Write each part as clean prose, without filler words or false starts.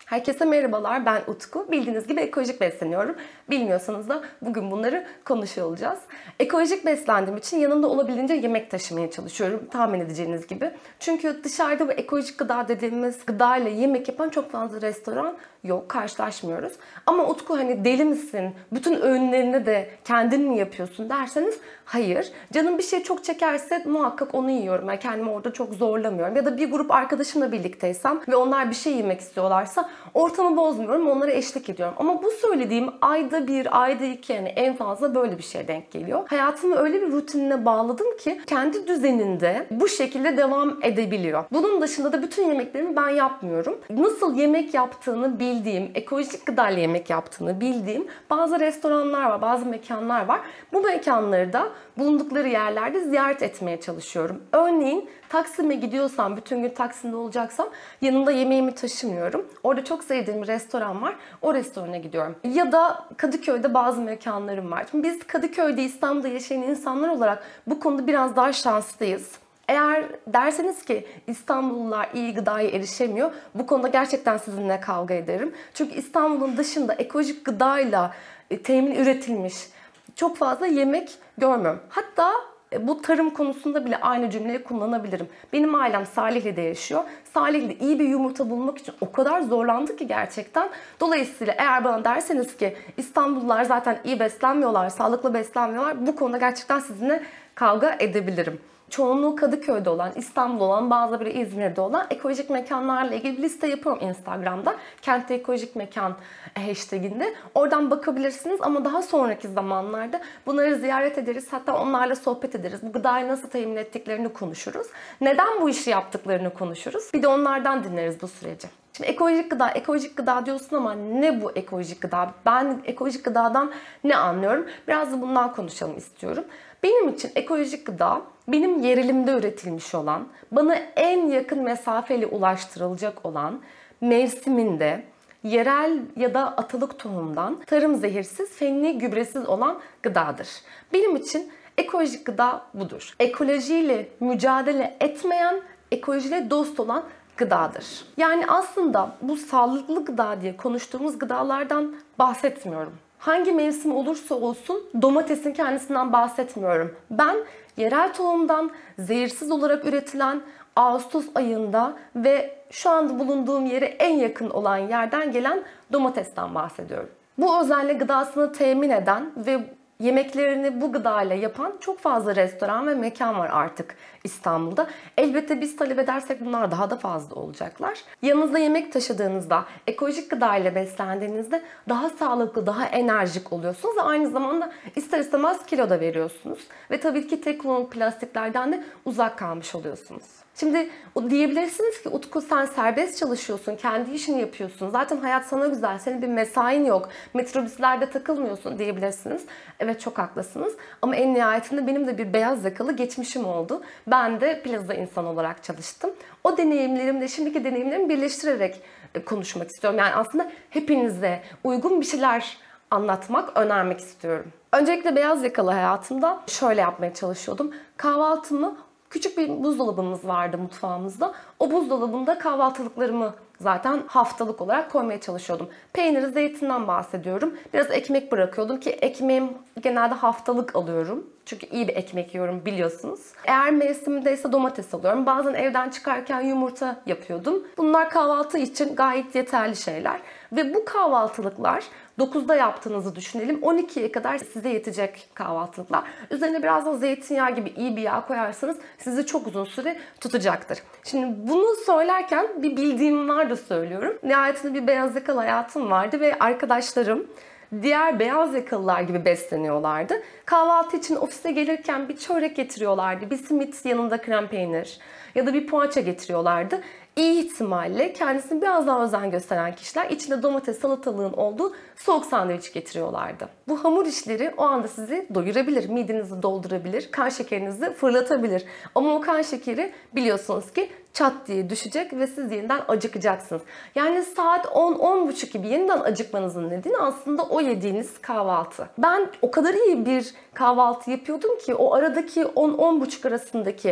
Herkese merhabalar, ben Utku. Bildiğiniz gibi ekolojik besleniyorum. Bilmiyorsanız da bugün bunları konuşuyor olacağız. Ekolojik beslendiğim için yanımda olabildiğince yemek taşımaya çalışıyorum, tahmin edeceğiniz gibi. Çünkü dışarıda bu ekolojik gıda dediğimiz gıdayla yemek yapan çok fazla restoran yok, karşılaşmıyoruz. Ama Utku hani deli misin, bütün öğünlerini de kendin mi yapıyorsun derseniz hayır. Canım bir şey çok çekerse muhakkak onu yiyorum. Yani kendimi orada çok zorlamıyorum. Ya da bir grup arkadaşımla birlikteysem ve onlar bir şey yemek istiyorlarsa ortamı bozmuyorum, onlara eşlik ediyorum. Ama bu söylediğim ayda bir, ayda iki, yani en fazla böyle bir şeye denk geliyor. Hayatımı öyle bir rutinine bağladım ki kendi düzeninde bu şekilde devam edebiliyor. Bunun dışında da bütün yemeklerimi ben yapmıyorum. Nasıl yemek yaptığını bildiğim, ekolojik gıdayla yemek yaptığını bildiğim bazı restoranlar var, bazı mekanlar var. Bu mekanları da bulundukları yerlerde ziyaret etmeye çalışıyorum. Örneğin Taksim'e gidiyorsam, bütün gün Taksim'de olacaksam yanımda yemeğimi taşımıyorum. Orada çok sevdiğim bir restoran var. O restorana gidiyorum. Ya da Kadıköy'de bazı mekanlarım var. Şimdi biz Kadıköy'de, İstanbul'da yaşayan insanlar olarak bu konuda biraz daha şanslıyız. Eğer derseniz ki İstanbullular iyi gıdaya erişemiyor, bu konuda gerçekten sizinle kavga ederim. Çünkü İstanbul'un dışında ekolojik gıdayla temin üretilmiş çok fazla yemek görmüyorum. Hatta bu tarım konusunda bile aynı cümleyi kullanabilirim. Benim ailem Salihli'de yaşıyor. Salihli'de iyi bir yumurta bulmak için o kadar zorlandı ki gerçekten. Dolayısıyla eğer bana derseniz ki İstanbullular zaten iyi beslenmiyorlar, sağlıklı beslenmiyorlar, bu konuda gerçekten sizinle kavga edebilirim. Çoğunluğu Kadıköy'de olan, İstanbul'da olan, bazı biri İzmir'de olan ekolojik mekanlarla ilgili bir liste yapıyorum Instagram'da. Kentte ekolojik mekan hashtaginde. Oradan bakabilirsiniz ama daha sonraki zamanlarda bunları ziyaret ederiz. Hatta onlarla sohbet ederiz. Bu gıdayı nasıl temin ettiklerini konuşuruz. Neden bu işi yaptıklarını konuşuruz. Bir de onlardan dinleriz bu süreci. Şimdi ekolojik gıda diyorsun ama ne bu ekolojik gıda? Ben ekolojik gıdadan ne anlıyorum? Biraz da bundan konuşalım istiyorum. Benim için ekolojik gıda, benim yerelimde üretilmiş olan, bana en yakın mesafeyle ulaştırılacak olan, mevsiminde, yerel ya da atalık tohumdan, tarım zehirsiz, fenli gübresiz olan gıdadır. Benim için ekolojik gıda budur. Ekolojiyle mücadele etmeyen, ekolojiyle dost olan gıdadır. Yani aslında bu sağlıklı gıda diye konuştuğumuz gıdalardan bahsetmiyorum. Hangi mevsim olursa olsun domatesin kendisinden bahsetmiyorum. Ben yerel tohumdan zehirsiz olarak üretilen Ağustos ayında ve şu anda bulunduğum yere en yakın olan yerden gelen domatesten bahsediyorum. Bu özenle gıdasını temin eden ve yemeklerini bu gıdayla yapan çok fazla restoran ve mekan var artık İstanbul'da. Elbette biz talep edersek bunlar daha da fazla olacaklar. Yanınızda yemek taşıdığınızda, ekolojik gıdayla beslendiğinizde daha sağlıklı, daha enerjik oluyorsunuz ve aynı zamanda ister istemez kilo da veriyorsunuz. Ve tabii ki tek kullanımlık plastiklerden de uzak kalmış oluyorsunuz. Şimdi diyebilirsiniz ki Utku sen serbest çalışıyorsun, kendi işini yapıyorsun. Zaten hayat sana güzel, senin bir mesain yok. Metrobüslerde takılmıyorsun diyebilirsiniz. Evet çok haklısınız ama en nihayetinde benim de bir beyaz yakalı geçmişim oldu. Ben de plaza insan olarak çalıştım. O deneyimlerimle şimdiki deneyimlerimi birleştirerek konuşmak istiyorum. Yani aslında hepinize uygun bir şeyler anlatmak, önermek istiyorum. Öncelikle beyaz yakalı hayatımda şöyle yapmaya çalışıyordum. Kahvaltımı küçük bir buzdolabımız vardı mutfağımızda. O buzdolabında kahvaltılıklarımı zaten haftalık olarak koymaya çalışıyordum. Peynir, zeytinden bahsediyorum. Biraz ekmek bırakıyordum ki ekmeğim genelde haftalık alıyorum. Çünkü iyi bir ekmek yiyorum biliyorsunuz. Eğer mevsimindeyse domates alıyorum. Bazen evden çıkarken yumurta yapıyordum. Bunlar kahvaltı için gayet yeterli şeyler. Ve bu kahvaltılıklar 9'da yaptığınızı düşünelim. 12'ye kadar size yetecek kahvaltılıklar. Üzerine biraz da zeytinyağı gibi iyi bir yağ koyarsanız sizi çok uzun süre tutacaktır. Şimdi bunu söylerken bir bildiğim var da söylüyorum. Nihayetinde bir beyaz yakalı hayatım vardı ve arkadaşlarım diğer beyaz yakalılar gibi besleniyorlardı. Kahvaltı için ofise gelirken bir çörek getiriyorlardı. Bir simit yanında krem peynir ya da bir poğaça getiriyorlardı. İyi ihtimalle kendisine biraz daha özen gösteren kişiler içinde domates, salatalığın olduğu soğuk sandviç getiriyorlardı. Bu hamur işleri o anda sizi doyurabilir, midenizi doldurabilir, kan şekerinizi fırlatabilir. Ama o kan şekeri biliyorsunuz ki çat diye düşecek ve siz yeniden acıkacaksınız. Yani saat 10-10.30 gibi yeniden acıkmanızın nedeni aslında o yediğiniz kahvaltı. Ben o kadar iyi bir kahvaltı yapıyordum ki o aradaki 10-10.30 arasındaki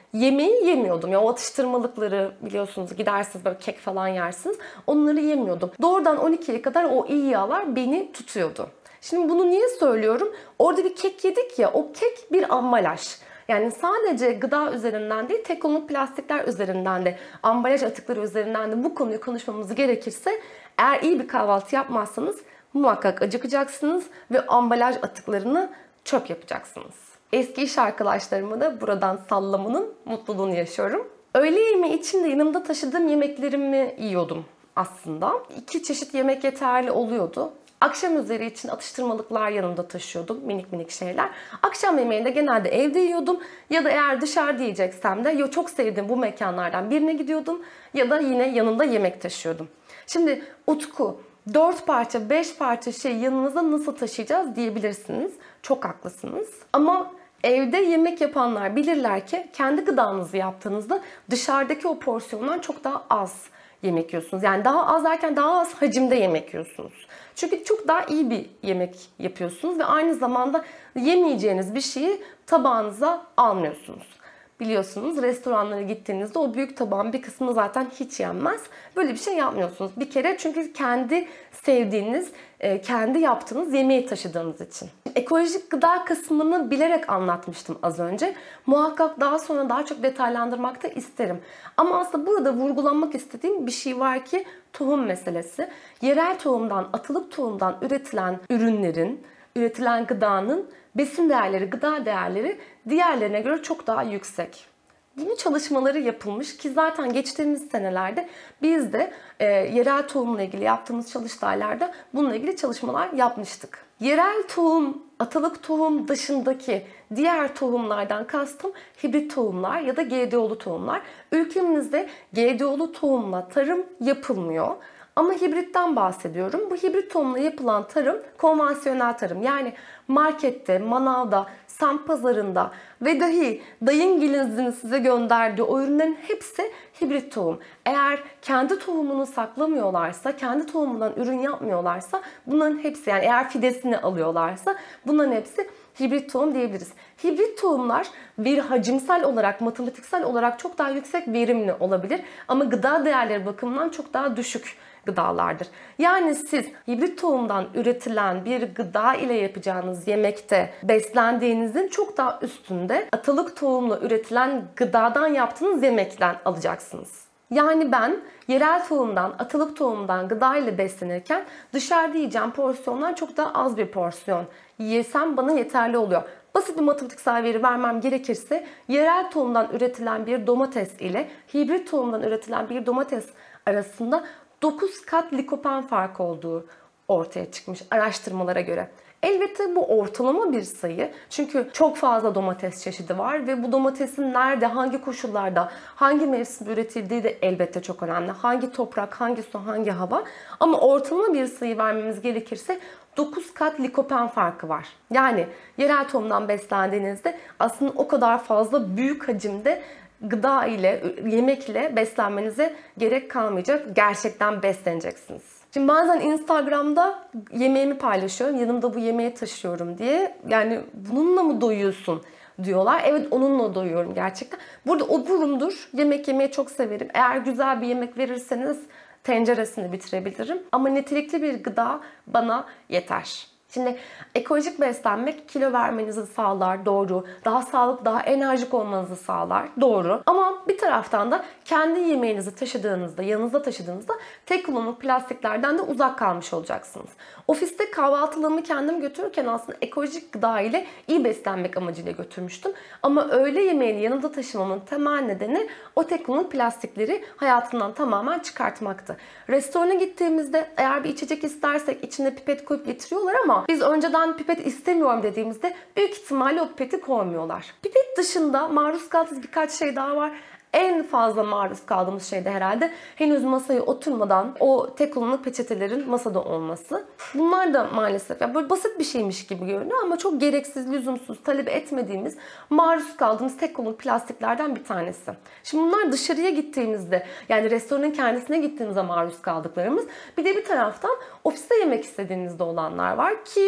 yemeği yemiyordum. Ya o atıştırmalıkları biliyorsunuz, gidersiniz böyle kek falan yersiniz. Onları yemiyordum. Doğrudan 12'ye kadar o iyi yağlar beni tutuyordu. Şimdi bunu niye söylüyorum? Orada bir kek yedik ya, o kek bir ambalaj. Yani sadece gıda üzerinden değil, tek kullanımlık plastikler üzerinden de, ambalaj atıkları üzerinden de bu konuyu konuşmamız gerekirse, eğer iyi bir kahvaltı yapmazsanız muhakkak acıkacaksınız ve ambalaj atıklarını çöp yapacaksınız. Eski iş arkadaşlarıma da buradan sallamanın mutluluğunu yaşıyorum. Öğle yemeği için de yanımda taşıdığım yemeklerimi yiyordum aslında. 2 çeşit yemek yeterli oluyordu. Akşam üzeri için atıştırmalıklar yanımda taşıyordum. Minik minik şeyler. Akşam yemeğinde genelde evde yiyordum. Ya da eğer dışarıda yiyeceksem de ya çok sevdiğim bu mekanlardan birine gidiyordum ya da yine yanımda yemek taşıyordum. Şimdi Utku, 4 parça, 5 parça şey yanınıza nasıl taşıyacağız diyebilirsiniz. Çok haklısınız. Ama evde yemek yapanlar bilirler ki kendi gıdanızı yaptığınızda dışarıdaki o porsiyondan çok daha az yemek yiyorsunuz. Yani daha az derken daha az hacimde yemek yiyorsunuz. Çünkü çok daha iyi bir yemek yapıyorsunuz ve aynı zamanda yemeyeceğiniz bir şeyi tabağınıza almıyorsunuz. Biliyorsunuz restoranlara gittiğinizde o büyük tabağın bir kısmı zaten hiç yenmez. Böyle bir şey yapmıyorsunuz. Bir kere çünkü kendi sevdiğiniz, kendi yaptığınız yemeği taşıdığınız için. Ekolojik gıda kısmını bilerek anlatmıştım az önce. Muhakkak daha sonra daha çok detaylandırmak da isterim. Ama aslında burada vurgulanmak istediğim bir şey var ki tohum meselesi. Yerel tohumdan, atılık tohumdan üretilen ürünlerin, üretilen gıdanın besin değerleri, gıda değerleri diğerlerine göre çok daha yüksek. Bunun çalışmaları yapılmış ki zaten geçtiğimiz senelerde biz de yerel tohumla ilgili yaptığımız çalıştaylarda bununla ilgili çalışmalar yapmıştık. Yerel tohum, atalık tohum dışındaki diğer tohumlardan kastım hibrit tohumlar ya da GDO'lu tohumlar. Ülkemizde GDO'lu tohumla tarım yapılmıyor. Ama hibritten bahsediyorum. Bu hibrit tohumla yapılan tarım konvansiyonel tarım. Yani markette, manavda, semt pazarında ve dahi dayıngilinizin size gönderdiği o ürünlerin hepsi hibrit tohum. Eğer kendi tohumunu saklamıyorlarsa, kendi tohumundan ürün yapmıyorlarsa bunların hepsi, yani eğer fidesini alıyorlarsa bunların hepsi hibrit tohum diyebiliriz. Hibrit tohumlar bir hacimsel olarak, matematiksel olarak çok daha yüksek verimli olabilir ama gıda değerleri bakımından çok daha düşük gıdalardır. Yani siz hibrit tohumdan üretilen bir gıda ile yapacağınız yemekte beslendiğinizin çok daha üstünde atalık tohumla üretilen gıdadan yaptığınız yemekten alacaksınız. Yani ben yerel tohumdan, atalık tohumdan gıda ile beslenirken dışarıda yiyeceğim porsiyondan çok daha az bir porsiyon yesem bana yeterli oluyor. Basit bir matematiksel veri vermem gerekirse yerel tohumdan üretilen bir domates ile hibrit tohumdan üretilen bir domates arasında 9 kat likopen farkı olduğu ortaya çıkmış araştırmalara göre. Elbette bu ortalama bir sayı. Çünkü çok fazla domates çeşidi var ve bu domatesin nerede, hangi koşullarda, hangi mevsimde üretildiği de elbette çok önemli. Hangi toprak, hangi su, hangi hava. Ama ortalama bir sayı vermemiz gerekirse 9 kat likopen farkı var. Yani yerel tohumdan beslendiğinizde aslında o kadar fazla büyük hacimde gıda ile, yemek ile beslenmenize gerek kalmayacak. Gerçekten besleneceksiniz. Şimdi bazen Instagram'da yemeğimi paylaşıyorum. Yanımda bu yemeği taşıyorum diye. Yani bununla mı doyuyorsun diyorlar. Evet, onunla doyuyorum gerçekten. Burada oburumdur. Yemek yemeyi çok severim. Eğer güzel bir yemek verirseniz tenceresini bitirebilirim. Ama nitelikli bir gıda bana yeter. Şimdi ekolojik beslenmek kilo vermenizi sağlar, doğru. Daha sağlıklı, daha enerjik olmanızı sağlar, doğru. Ama bir taraftan da kendi yemeğinizi taşıdığınızda, yanınızda taşıdığınızda tek kullanımlık plastiklerden de uzak kalmış olacaksınız. Ofiste kahvaltılığımı kendim götürürken aslında ekolojik gıda ile iyi beslenmek amacıyla götürmüştüm. Ama öğle yemeğini yanımda taşımamın temel nedeni o tek kullanımlık plastikleri hayatımdan tamamen çıkartmaktı. Restorana gittiğimizde eğer bir içecek istersek içine pipet koyup getiriyorlar ama biz önceden pipet istemiyorum dediğimizde büyük ihtimalle o pipeti koymuyorlar. Pipet dışında maruz kaldığımız birkaç şey daha var. En fazla maruz kaldığımız şey de herhalde henüz masaya oturmadan o tek kullanımlık peçetelerin masada olması. Bunlar da maalesef yani böyle basit bir şeymiş gibi görünüyor ama çok gereksiz, lüzumsuz, talep etmediğimiz, maruz kaldığımız tek kullanımlık plastiklerden bir tanesi. Şimdi bunlar dışarıya gittiğimizde, yani restoranın kendisine gittiğimizde maruz kaldıklarımız. Bir de bir taraftan ofiste yemek istediğinizde olanlar var ki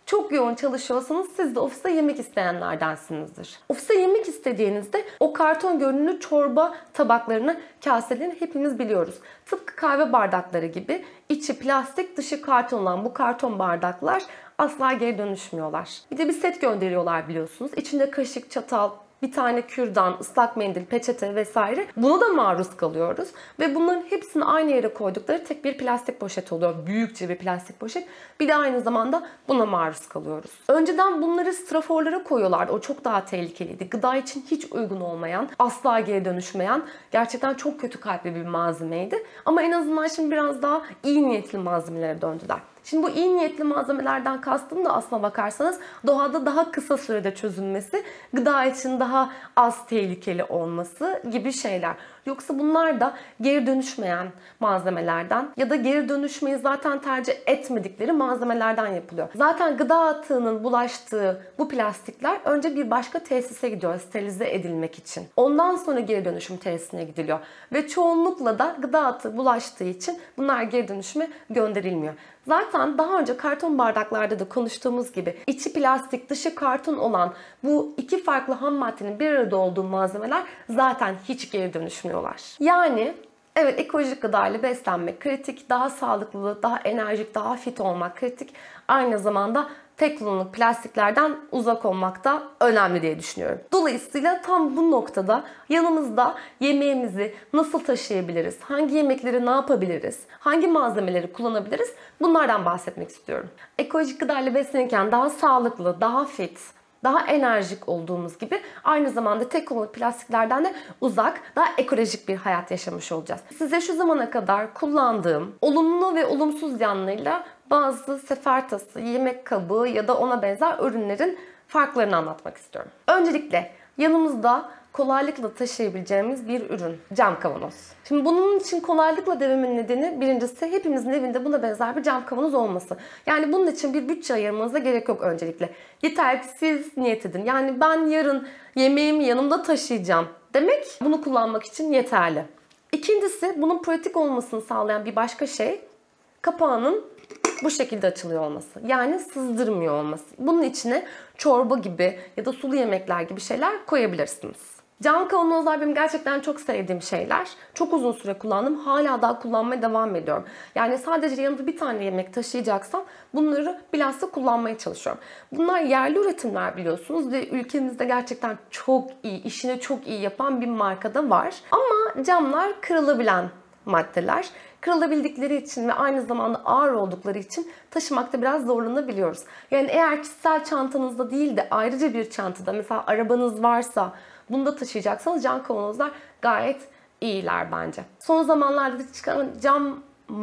Çok yoğun çalışıyorsanız siz de ofiste yemek isteyenlerdensinizdir. Ofiste yemek istediğinizde o karton görünümlü çorba tabaklarını, kaselerini hepimiz biliyoruz. Tıpkı kahve bardakları gibi içi plastik, dışı karton olan bu karton bardaklar asla geri dönüşmüyorlar. Bir de bir set gönderiyorlar biliyorsunuz. İçinde kaşık, çatal, bir tane kürdan, ıslak mendil, peçete vesaire. Buna da maruz kalıyoruz. Ve bunların hepsini aynı yere koydukları tek bir plastik poşet oluyor. Büyükçe bir plastik poşet. Bir de aynı zamanda buna maruz kalıyoruz. Önceden bunları straforlara koyuyorlardı. O çok daha tehlikeliydi. Gıda için hiç uygun olmayan, asla geri dönüşmeyen, gerçekten çok kötü kalpli bir malzemeydi. Ama en azından şimdi biraz daha iyi niyetli malzemelere döndüler. Şimdi bu iyi niyetli malzemelerden kastım da aslına bakarsanız doğada daha kısa sürede çözülmesi, gıda için daha az tehlikeli olması gibi şeyler. Yoksa bunlar da geri dönüşmeyen malzemelerden ya da geri dönüşmeyi zaten tercih etmedikleri malzemelerden yapılıyor. Zaten gıda atığının bulaştığı bu plastikler önce bir başka tesise gidiyor sterilize edilmek için. Ondan sonra geri dönüşüm tesisine gidiliyor. Ve çoğunlukla da gıda atığı bulaştığı için bunlar geri dönüşüme gönderilmiyor. Zaten daha önce karton bardaklarda da konuştuğumuz gibi içi plastik, dışı karton olan bu iki farklı ham maddenin bir arada olduğu malzemeler zaten hiç geri dönüşmüyorlar. Yani evet, ekolojik gıdayla beslenmek kritik, daha sağlıklı, daha enerjik, daha fit olmak kritik. Aynı zamanda tek kullanımlık plastiklerden uzak olmak da önemli diye düşünüyorum. Dolayısıyla tam bu noktada yanımızda yemeğimizi nasıl taşıyabiliriz, hangi yemekleri ne yapabiliriz, hangi malzemeleri kullanabiliriz, bunlardan bahsetmek istiyorum. Ekolojik gıdayla beslenirken daha sağlıklı, daha fit, daha enerjik olduğumuz gibi aynı zamanda tek kullanımlık plastiklerden de uzak, daha ekolojik bir hayat yaşamış olacağız. Size şu zamana kadar kullandığım olumlu ve olumsuz yanlarıyla bazı sefertası, yemek kabı ya da ona benzer ürünlerin farklarını anlatmak istiyorum. Öncelikle yanımızda kolaylıkla taşıyabileceğimiz bir ürün, cam kavanoz. Şimdi bunun için kolaylıkla dememin nedeni birincisi hepimizin evinde buna benzer bir cam kavanoz olması. Yani bunun için bir bütçe ayırmanıza gerek yok öncelikle. Yeter ki siz niyet edin. Yani ben yarın yemeğimi yanımda taşıyacağım demek bunu kullanmak için yeterli. İkincisi bunun pratik olmasını sağlayan bir başka şey kapağının bu şekilde açılıyor olması. Yani sızdırmıyor olması. Bunun içine çorba gibi ya da sulu yemekler gibi şeyler koyabilirsiniz. Cam kavanozlar benim gerçekten çok sevdiğim şeyler. Çok uzun süre kullandım. Hala daha kullanmaya devam ediyorum. Yani sadece yanımda bir tane yemek taşıyacaksam bunları bilhassa kullanmaya çalışıyorum. Bunlar yerli üretimler biliyorsunuz ve ülkemizde gerçekten çok iyi, işini çok iyi yapan bir markada var. Ama camlar kırılabilen maddeler. Kırılabildikleri için ve aynı zamanda ağır oldukları için taşımakta biraz zorlanabiliyoruz. Yani eğer kişisel çantanızda değil de ayrıca bir çantada, mesela arabanız varsa bunu da taşıyacaksanız cam kavanozlar gayet iyiler bence. Son zamanlarda çıkan cam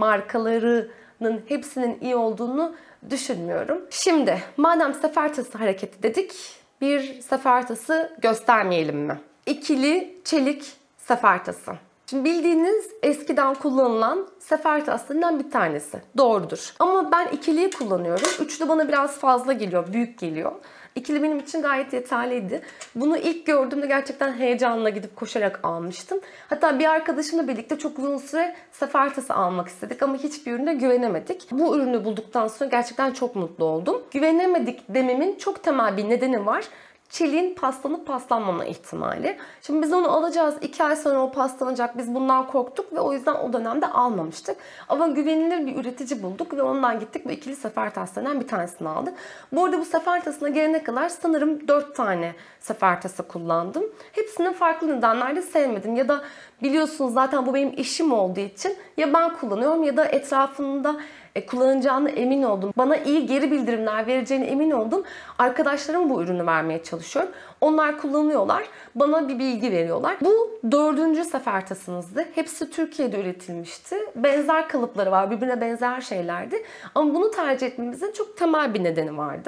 markalarının hepsinin iyi olduğunu düşünmüyorum. Şimdi madem sefertası hareketi dedik, bir sefertası göstermeyelim mi? İkili çelik sefertası. Şimdi bildiğiniz eskiden kullanılan sefertasından bir tanesi. Doğrudur. Ama ben ikiliyi kullanıyorum. Üçlü bana biraz fazla geliyor, büyük geliyor. İkili benim için gayet yeterliydi. Bunu ilk gördüğümde gerçekten heyecanla gidip koşarak almıştım. Hatta bir arkadaşımla birlikte çok uzun süre sefertası almak istedik ama hiçbir ürüne güvenemedik. Bu ürünü bulduktan sonra gerçekten çok mutlu oldum. Güvenemedik dememin çok temel bir nedeni var. Çeliğin paslanıp paslanmama ihtimali. Şimdi biz onu alacağız. 2 ay sonra o paslanacak. Biz bundan korktuk ve o yüzden o dönemde almamıştık. Ama güvenilir bir üretici bulduk ve ondan gittik ve ikili sefertaslarından bir tanesini aldık. Bu arada bu sefertasına gelene kadar sanırım 4 tane sefertası kullandım. Hepsini farklı nedenlerle sevmedim. Ya da biliyorsunuz zaten bu benim işim olduğu için ya ben kullanıyorum ya da etrafında kullanacağını emin oldum. Bana iyi geri bildirimler vereceğine emin oldum. Arkadaşlarım bu ürünü vermeye çalışıyorum. Onlar kullanıyorlar. Bana bir bilgi veriyorlar. Bu 4. sefertasımızdı. Hepsi Türkiye'de üretilmişti. Benzer kalıpları var. Birbirine benzer şeylerdi. Ama bunu tercih etmemizin çok temel bir nedeni vardı.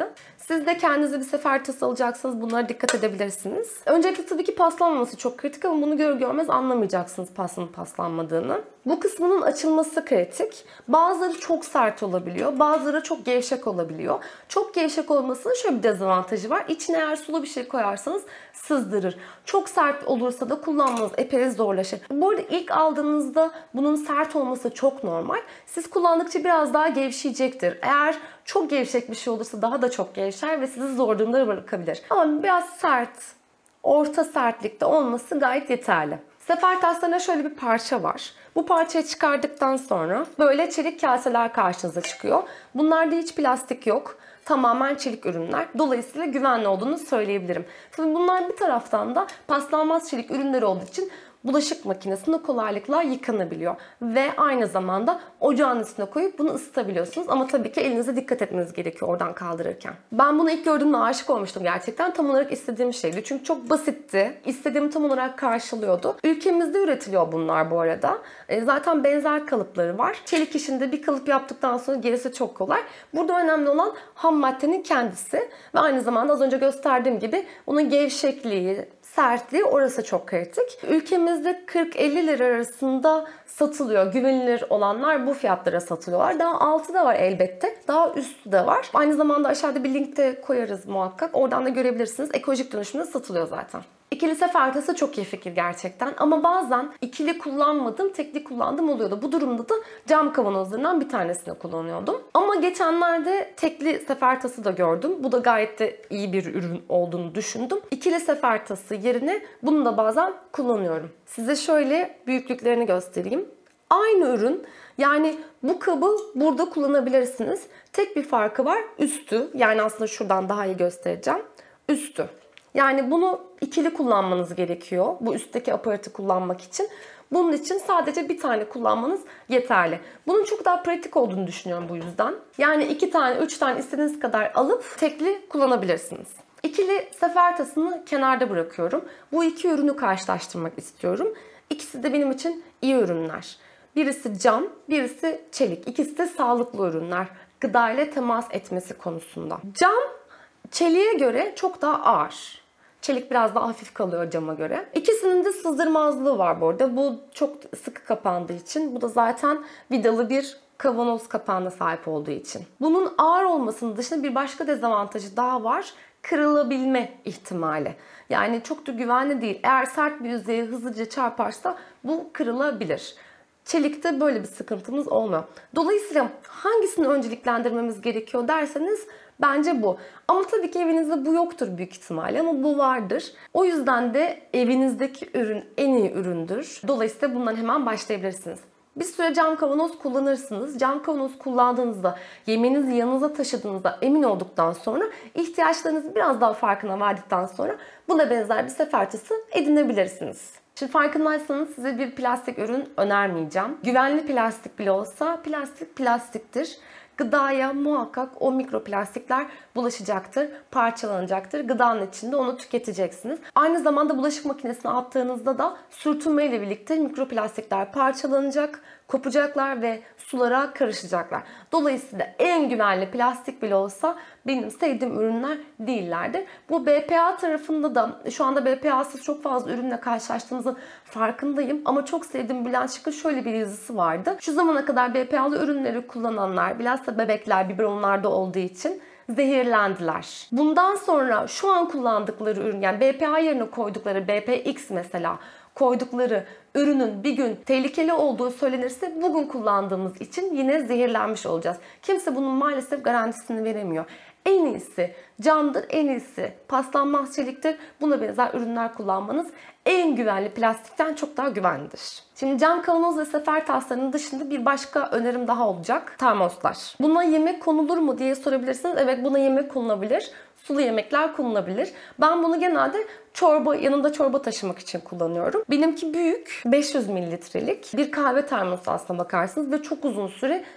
Siz de kendinize bir sefer tası alacaksınız. Bunlara dikkat edebilirsiniz. Öncelikle tabii ki paslanmaması çok kritik ama bunu görür görmez anlamayacaksınız pastanın paslanmadığını. Bu kısmının açılması kritik. Bazıları çok sert olabiliyor. Bazıları çok gevşek olabiliyor. Çok gevşek olmasının şöyle bir dezavantajı var. İçine eğer sulu bir şey koyarsanız sızdırır. Çok sert olursa da kullanmanız epey zorlaşır. Bu arada ilk aldığınızda bunun sert olması çok normal. Siz kullandıkça biraz daha gevşeyecektir. Eğer çok gevşek bir şey olursa daha da çok gevşer ve sizi zor durumda bırakabilir. Ama biraz sert, orta sertlikte olması gayet yeterli. Sefer taslarında şöyle bir parça var. Bu parçayı çıkardıktan sonra böyle çelik kaseler karşınıza çıkıyor. Bunlarda hiç plastik yok. Tamamen çelik ürünler. Dolayısıyla güvenli olduğunu söyleyebilirim. Tabii bunlar bir taraftan da paslanmaz çelik ürünleri olduğu için bulaşık makinesinde kolaylıkla yıkanabiliyor. Ve aynı zamanda ocağın üstüne koyup bunu ısıtabiliyorsunuz. Ama tabii ki elinize dikkat etmeniz gerekiyor oradan kaldırırken. Ben bunu ilk gördüğümde aşık olmuştum gerçekten. Tam olarak istediğim şeydi. Çünkü çok basitti. İstediğimi tam olarak karşılıyordu. Ülkemizde üretiliyor bunlar bu arada. Zaten benzer kalıpları var. Çelik işinde bir kalıp yaptıktan sonra gerisi çok kolay. Burada önemli olan ham maddenin kendisi. Ve aynı zamanda az önce gösterdiğim gibi onun gevşekliği, sertliği orası çok kritik. Ülkemizde 40-50 lira arasında satılıyor. Güvenilir olanlar bu fiyatlara satılıyorlar. Daha altı da var elbette. Daha üstü de var. Aynı zamanda aşağıda bir link de koyarız muhakkak. Oradan da görebilirsiniz. Ekolojik dönüşümde satılıyor zaten. İkili sefer tası çok iyi fikir gerçekten. Ama bazen ikili kullanmadım, tekli kullandım oluyordu. Bu durumda da cam kavanozlarından bir tanesini kullanıyordum. Ama geçenlerde tekli sefer tası da gördüm. Bu da gayet de iyi bir ürün olduğunu düşündüm. İkili sefer tası yerine bunu da bazen kullanıyorum. Size şöyle büyüklüklerini göstereyim. Aynı ürün, yani bu kabı burada kullanabilirsiniz. Tek bir farkı var, üstü. Yani aslında şuradan daha iyi göstereceğim. Üstü. Yani bunu ikili kullanmanız gerekiyor. Bu üstteki aparatı kullanmak için. Bunun için sadece bir tane kullanmanız yeterli. Bunun çok daha pratik olduğunu düşünüyorum bu yüzden. Yani 2 tane, 3 tane istediğiniz kadar alıp tekli kullanabilirsiniz. İkili sefer tasını kenarda bırakıyorum. Bu iki ürünü karşılaştırmak istiyorum. İkisi de benim için iyi ürünler. Birisi cam, birisi çelik. İkisi de sağlıklı ürünler. Gıda ile temas etmesi konusunda. Cam, çeliğe göre çok daha ağır. Çelik biraz daha hafif kalıyor cama göre. İkisinin de sızdırmazlığı var bu arada. Bu çok sıkı kapandığı için. Bu da zaten vidalı bir kavanoz kapağına sahip olduğu için. Bunun ağır olmasının dışında bir başka dezavantajı daha var. Kırılabilme ihtimali. Yani çok da güvenli değil. Eğer sert bir yüzeye hızlıca çarparsa bu kırılabilir. Çelikte böyle bir sıkıntımız olmuyor. Dolayısıyla hangisini önceliklendirmemiz gerekiyor derseniz bence bu. Ama tabii ki evinizde bu yoktur büyük ihtimalle ama bu vardır. O yüzden de evinizdeki ürün en iyi üründür. Dolayısıyla bundan hemen başlayabilirsiniz. Bir süre cam kavanoz kullanırsınız. Cam kavanoz kullandığınızda, yemeğinizi yanınıza taşıdığınızda emin olduktan sonra ihtiyaçlarınızı biraz daha farkına vardikten sonra buna benzer bir sefer tası edinebilirsiniz. Şimdi farkındaysanız size bir plastik ürün önermeyeceğim. Güvenli plastik bile olsa plastik plastiktir. Gıdaya muhakkak o mikroplastikler bulaşacaktır, parçalanacaktır. Gıdanın içinde onu tüketeceksiniz. Aynı zamanda bulaşık makinesine attığınızda da sürtünme ile birlikte mikroplastikler parçalanacak, kopacaklar ve sulara karışacaklar. Dolayısıyla en güvenli plastik bile olsa benim sevdiğim ürünler değillerdir. Bu BPA tarafında da şu anda BPA'sız çok fazla ürünle karşılaştığımızın farkındayım. Ama çok sevdiğim Bülent Şık'ın şöyle bir yazısı vardı. Şu zamana kadar BPA'lı ürünleri kullananlar, bilhassa bebekler biberonlarda olduğu için zehirlendiler. Bundan sonra şu an kullandıkları ürün, yani BPA yerine koydukları BPX mesela koydukları ürünün bir gün tehlikeli olduğu söylenirse bugün kullandığımız için yine zehirlenmiş olacağız. Kimse bunun maalesef garantisini veremiyor. En iyisi camdır, en iyisi paslanmaz çeliktir. Buna benzer ürünler kullanmanız en güvenli plastikten çok daha güvenlidir. Şimdi cam kavanoz ve sefer taslarının dışında bir başka önerim daha olacak. Termoslar. Buna yemek konulur mu diye sorabilirsiniz. Evet, buna yemek konulabilir. Sulu yemekler konulabilir. Ben bunu genelde yanımda çorba taşımak için kullanıyorum. Benimki büyük, 500 mililitrelik bir kahve termosu aslına bakarsınız ve çok uzun süre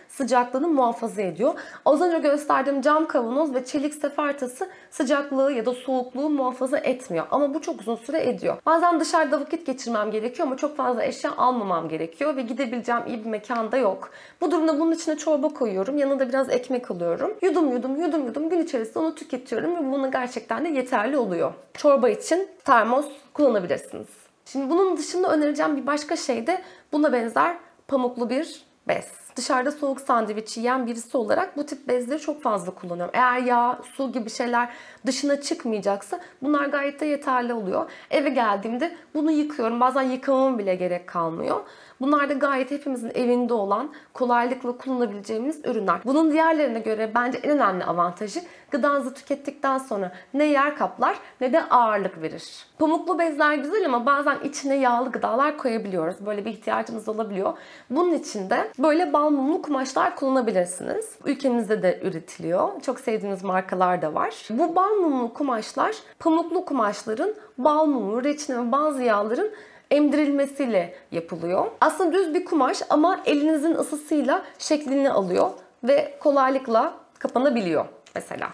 sıcaklığını muhafaza ediyor. Az önce gösterdiğim cam kavanoz ve çelik sefertası sıcaklığı ya da soğukluğu muhafaza etmiyor. Ama bu çok uzun süre ediyor. Bazen dışarıda vakit geçirmem gerekiyor ama çok fazla eşya almamam gerekiyor ve gidebileceğim iyi bir mekanda yok. Bu durumda bunun içine çorba koyuyorum. Yanında biraz ekmek alıyorum. Yudum yudum gün içerisinde onu tüketiyorum ve bunun gerçekten de yeterli oluyor. Çorba için termos kullanabilirsiniz. Şimdi bunun dışında önereceğim bir başka şey de buna benzer pamuklu bir bez. Dışarıda soğuk sandviç yiyen birisi olarak bu tip bezleri çok fazla kullanıyorum. Eğer yağ, su gibi şeyler dışına çıkmayacaksa bunlar gayet de yeterli oluyor. Eve geldiğimde bunu yıkıyorum. Bazen yıkamama bile gerek kalmıyor. Bunlar da gayet hepimizin evinde olan, kolaylıkla kullanabileceğimiz ürünler. Bunun diğerlerine göre bence en önemli avantajı gıdanızı tükettikten sonra ne yer kaplar ne de ağırlık verir. Pamuklu bezler güzel ama bazen içine yağlı gıdalar koyabiliyoruz. Böyle bir ihtiyacımız olabiliyor. Bunun için de böyle bal mumlu kumaşlar kullanabilirsiniz. Ülkemizde de üretiliyor. Çok sevdiğimiz markalar da var. Bu bal mumlu kumaşlar pamuklu kumaşların bal mumu, reçine ve bazı yağların emdirilmesiyle yapılıyor. Aslında düz bir kumaş ama elinizin ısısıyla şeklini alıyor ve kolaylıkla kapanabiliyor mesela.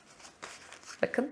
Bakın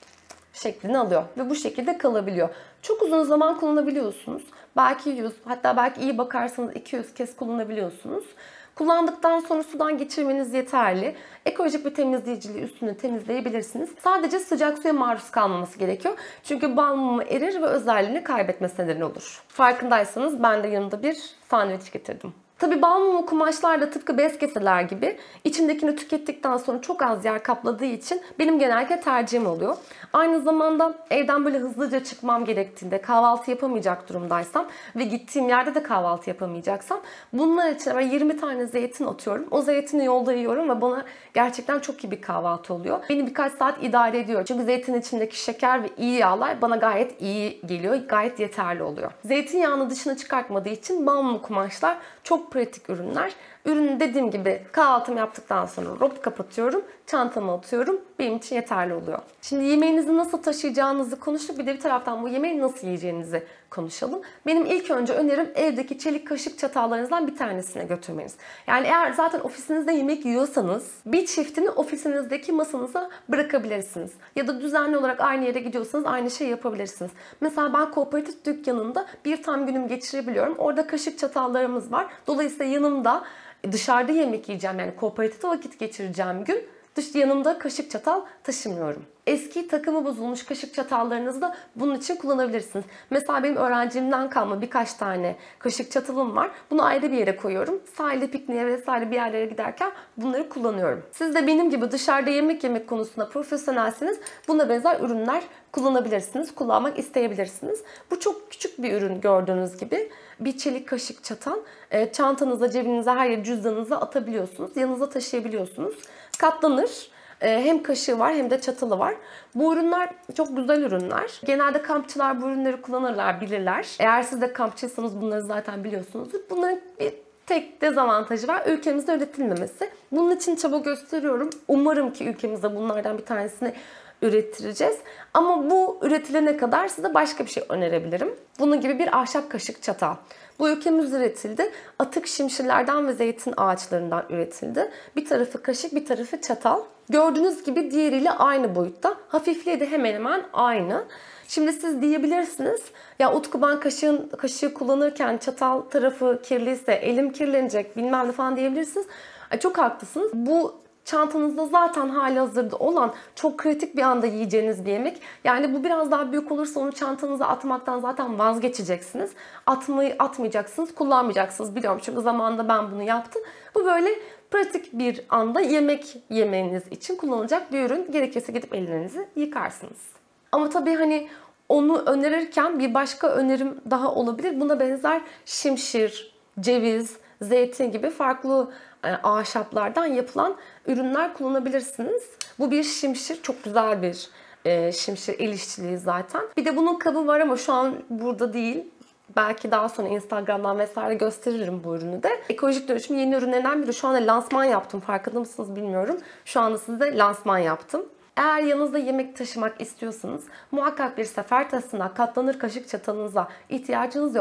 şeklini alıyor ve bu şekilde kalabiliyor. Çok uzun zaman kullanabiliyorsunuz. Belki 100, hatta belki iyi bakarsanız 200 kez kullanabiliyorsunuz. Kullandıktan sonra sudan geçirmeniz yeterli. Ekolojik bir temizleyiciliği üstünü temizleyebilirsiniz. Sadece sıcak suya maruz kalmaması gerekiyor. Çünkü bal mumu erir ve özelliğini kaybetmesi neden olur. Farkındaysanız ben de yanımda bir sandviç getirdim. Tabii bal mumu kumaşlar da tıpkı bez keseler gibi içindekini tükettikten sonra çok az yer kapladığı için benim genellikle tercihim oluyor. Aynı zamanda evden böyle hızlıca çıkmam gerektiğinde, kahvaltı yapamayacak durumdaysam ve gittiğim yerde de kahvaltı yapamayacaksam bunlar için ben 20 tane zeytin atıyorum. O zeytini yolda yiyorum ve bana gerçekten çok iyi bir kahvaltı oluyor. Beni birkaç saat idare ediyor. Çünkü zeytin içindeki şeker ve iyi yağlar bana gayet iyi geliyor. Gayet yeterli oluyor. Zeytinyağını dışına çıkartmadığı için bal mumu kumaşlar çok pratik ürünler. Ürünü dediğim gibi kahvaltımı yaptıktan sonra rop kapatıyorum, çantama atıyorum. Benim için yeterli oluyor. Şimdi yemeğinizi nasıl taşıyacağınızı konuştuk. Bir de bir taraftan bu yemeği nasıl yiyeceğinizi konuşalım. Benim ilk önce önerim evdeki çelik kaşık çatallarınızdan bir tanesine götürmeniz. Yani eğer zaten ofisinizde yemek yiyorsanız bir çiftini ofisinizdeki masanıza bırakabilirsiniz. Ya da düzenli olarak aynı yere gidiyorsanız aynı şeyi yapabilirsiniz. Mesela ben kooperatif dükkanında bir tam günüm geçirebiliyorum. Orada kaşık çatallarımız var. Dolayısıyla yanımda dışarıda yemek yiyeceğim, yani kooperatifte vakit geçireceğim gün yanımda kaşık çatal taşımıyorum. Eski takımı bozulmuş kaşık çatallarınızı da bunun için kullanabilirsiniz. Mesela benim öğrencimden kalma birkaç tane kaşık çatalım var. Bunu ayrı bir yere koyuyorum. Sahilde pikniğe vesaire bir yerlere giderken bunları kullanıyorum. Siz de benim gibi dışarıda yemek konusunda profesyonelseniz buna benzer ürünler kullanabilirsiniz. Kullanmak isteyebilirsiniz. Bu çok küçük bir ürün gördüğünüz gibi. Bir çelik kaşık çatal. Çantanıza, cebinize, her yere cüzdanınıza atabiliyorsunuz. Yanınıza taşıyabiliyorsunuz. Katlanır. Hem kaşığı var hem de çatalı var. Bu ürünler çok güzel ürünler. Genelde kampçılar bu ürünleri kullanırlar, bilirler. Eğer siz de kampçıysanız bunları zaten biliyorsunuzdur. Bunların bir tek dezavantajı var. Ülkemizde üretilmemesi. Bunun için çaba gösteriyorum. Umarım ki ülkemizde bunlardan bir tanesini üretireceğiz. Ama bu üretilene kadar size başka bir şey önerebilirim. Bunun gibi bir ahşap kaşık çatal. Bu ülkemizde üretildi. Atık şimşirlerden ve zeytin ağaçlarından üretildi. Bir tarafı kaşık, bir tarafı çatal. Gördüğünüz gibi diğeriyle aynı boyutta. Hafifliği de hemen hemen aynı. Şimdi siz diyebilirsiniz, ya Utku ben kaşığı kullanırken çatal tarafı kirliyse elim kirlenecek bilmem ne falan diyebilirsiniz. Çok haklısınız. Bu çantanızda zaten halihazırda olan çok kritik bir anda yiyeceğiniz bir yemek. Yani bu biraz daha büyük olursa onu çantanıza atmaktan zaten vazgeçeceksiniz. Atmayacaksınız, kullanmayacaksınız biliyorum. Çünkü zamanında ben bunu yaptım. Bu böyle pratik bir anda yemek yemeniz için kullanılacak bir ürün. Gerekirse gidip ellerinizi yıkarsınız. Ama tabii hani onu önerirken bir başka önerim daha olabilir. Buna benzer şimşir, ceviz, zeytin gibi farklı ahşaplardan yapılan ürünler kullanabilirsiniz. Bu bir şimşir, çok güzel bir şimşir, el işçiliği zaten. Bir de bunun kabı var ama şu an burada değil. Belki daha sonra Instagram'dan vesaire gösteririm bu ürünü de. Ekolojik dönüşüm yeni ürünlerinden biri. Şu anda lansman yaptım. Farkında mısınız bilmiyorum. Şu anda size lansman yaptım. Eğer yanınızda yemek taşımak istiyorsanız muhakkak bir sefertasına, katlanır kaşık çatalınıza ihtiyacınız yok.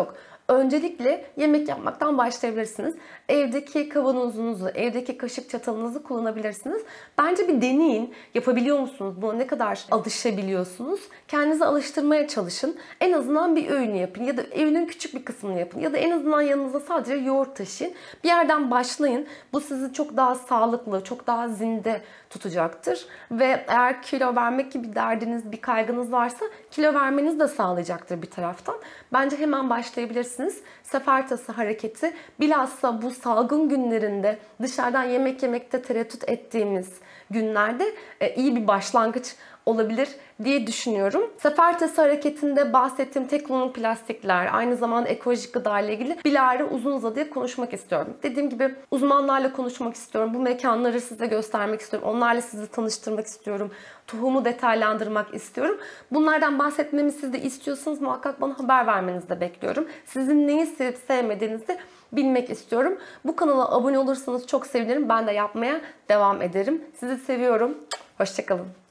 Öncelikle yemek yapmaktan başlayabilirsiniz. Evdeki kavanozunuzu, evdeki kaşık çatalınızı kullanabilirsiniz. Bence bir deneyin. Yapabiliyor musunuz? Buna ne kadar alışabiliyorsunuz? Kendinizi alıştırmaya çalışın. En azından bir öğünü yapın ya da öğünün küçük bir kısmını yapın ya da en azından yanınıza sadece yoğurt taşıyın. Bir yerden başlayın. Bu sizi çok daha sağlıklı, çok daha zinde tutacaktır. Ve eğer kilo vermek gibi derdiniz, bir kaygınız varsa kilo vermenizi de sağlayacaktır bir taraftan. Bence hemen başlayabilirsiniz. Sefertası hareketi bilhassa bu salgın günlerinde dışarıdan yemek yemekte tereddüt ettiğimiz günlerde iyi bir başlangıç olabilir diye düşünüyorum. Sefertası hareketinde bahsettiğim tek kullanımlık plastikler, aynı zamanda ekolojik gıda ile ilgili bilahare uzun uzadıya konuşmak istiyorum. Dediğim gibi uzmanlarla konuşmak istiyorum. Bu mekanları size göstermek istiyorum. Onlarla sizi tanıştırmak istiyorum. Tohumu detaylandırmak istiyorum. Bunlardan bahsetmemi siz de istiyorsanız muhakkak bana haber vermenizi de bekliyorum. Sizin neyi sevip sevmediğinizi bilmek istiyorum. Bu kanala abone olursanız çok sevinirim. Ben de yapmaya devam ederim. Sizi seviyorum. Hoşça kalın.